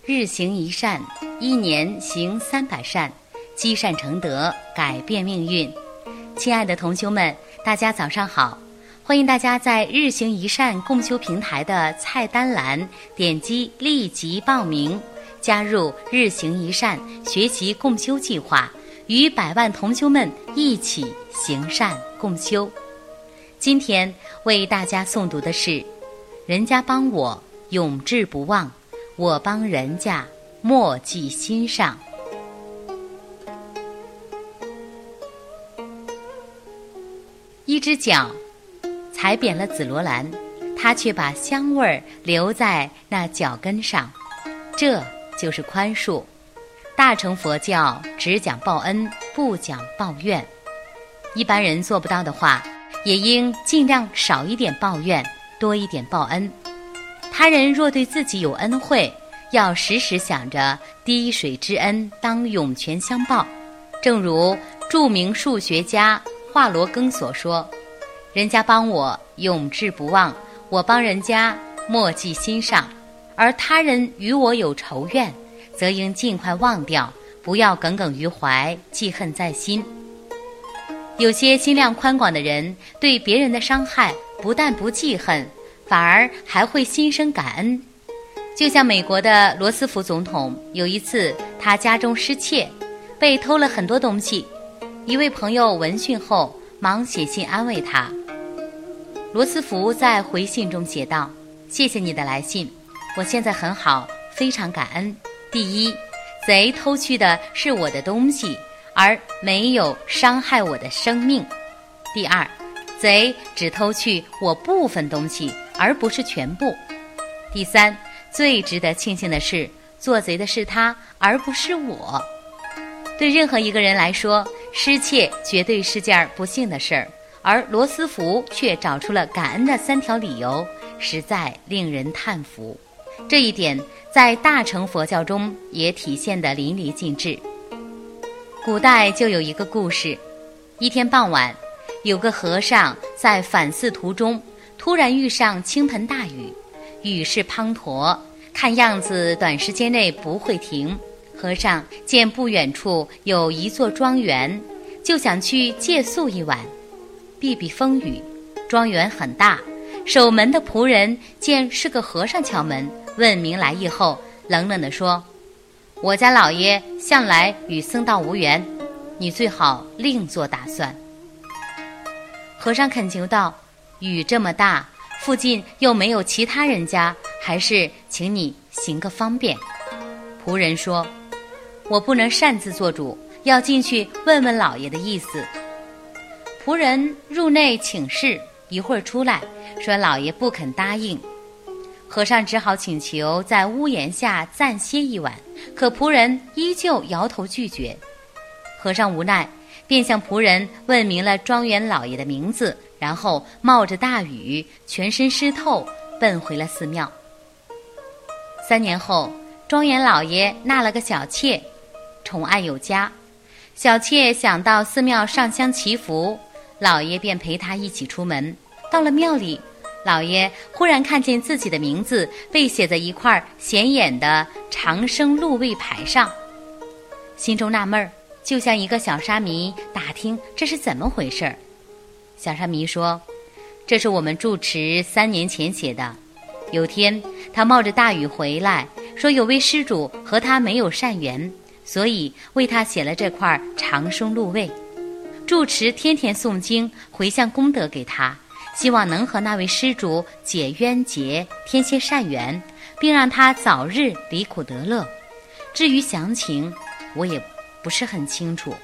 日行一善，一年行300善，积善成德，改变命运。亲爱的同修们，大家早上好，欢迎大家在日行一善共修平台的菜单栏点击立即报名，加入日行一善学习共修计划，与100万同修们一起行善共修。今天为大家诵读的是人家帮我永志不忘，我帮人家默记心上。一只脚踩扁了紫罗兰，它却把香味儿留在那脚跟上，这就是宽恕。大乘佛教只讲报恩，不讲抱怨。一般人做不到的话，也应尽量少一点抱怨，多一点报恩。他人若对自己有恩惠，要时时想着滴水之恩当涌泉相报。正如著名数学家华罗庚所说，人家帮我永志不忘，我帮人家默记心上，而他人与我有仇怨，则应尽快忘掉，不要耿耿于怀，记恨在心。有些心量宽广的人，对别人的伤害不但不记恨，反而还会心生感恩。就像美国的罗斯福总统，有一次他家中失窃，被偷了很多东西，一位朋友闻讯后忙写信安慰他。罗斯福在回信中写道：谢谢你的来信，我现在很好，非常感恩。第一，贼偷去的是我的东西，而没有伤害我的生命。第二，贼只偷去我部分东西，而不是全部。第三，最值得庆幸的是，做贼的是他，而不是我。对任何一个人来说，失窃绝对是件不幸的事儿，而罗斯福却找出了感恩的3条理由，实在令人叹服。这一点在大乘佛教中也体现得淋漓尽致。古代就有一个故事，一天傍晚，有个和尚在返寺途中，突然遇上倾盆大雨，雨势滂沱，看样子短时间内不会停。和尚见不远处有一座庄园，就想去借宿一晚。避避风雨，庄园很大，守门的仆人见是个和尚敲门，问明来意后，冷冷地说：我家老爷向来与僧道无缘，你最好另做打算。和尚恳求道：雨这么大，附近又没有其他人家，还是请你行个方便。仆人说：我不能擅自做主，要进去问问老爷的意思。仆人入内请示，一会儿出来，说老爷不肯答应。和尚只好请求在屋檐下暂歇一晚，可仆人依旧摇头拒绝。和尚无奈，便向仆人问明了庄园老爷的名字，然后冒着大雨，全身湿透，奔回了寺庙。3年后，庄园老爷纳了个小妾，宠爱有加。小妾想到寺庙上香祈福，老爷便陪她一起出门。到了庙里，老爷忽然看见自己的名字被写在一块显眼的长生禄位牌上，心中纳闷儿，就像一个小沙弥打听这是怎么回事。小沙弥说：这是我们住持3年前写的，有天他冒着大雨回来，说有位施主和他没有善缘，所以为他写了这块长生禄位。住持天天诵经回向功德给他，希望能和那位施主解冤结，添些善缘，并让他早日离苦得乐。至于详情，我也不是很清楚。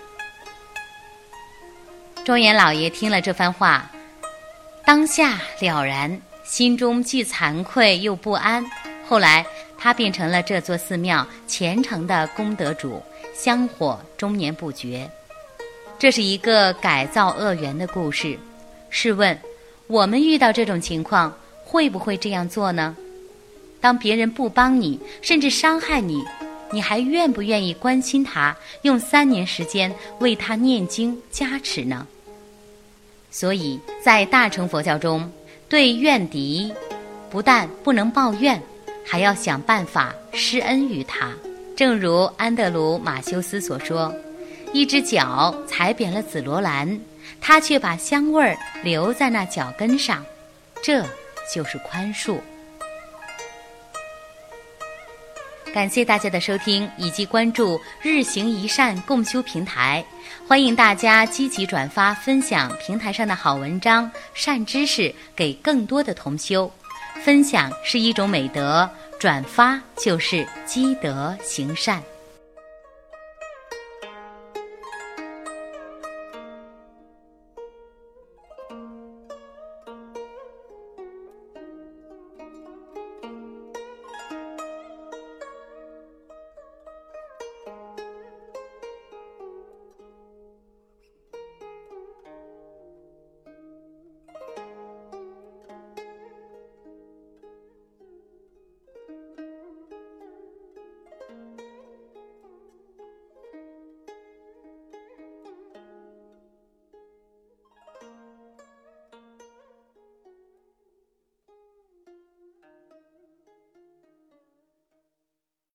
庄园老爷听了这番话，当下了然，心中既惭愧又不安。后来他变成了这座寺庙虔诚的功德主，香火终年不绝。这是一个改造恶缘的故事。试问我们遇到这种情况，会不会这样做呢？当别人不帮你，甚至伤害你，你还愿不愿意关心他，用3年时间为他念经加持呢？所以在大乘佛教中，对怨敌不但不能抱怨， 还要想办法施恩于他。正如安德鲁·马修斯所说，一只脚踩扁了紫罗兰，他却把香味儿留在那脚跟上，这就是宽恕。感谢大家的收听以及关注日行一善共修平台，欢迎大家积极转发分享平台上的好文章、善知识给更多的同修。分享是一种美德，转发就是积德行善。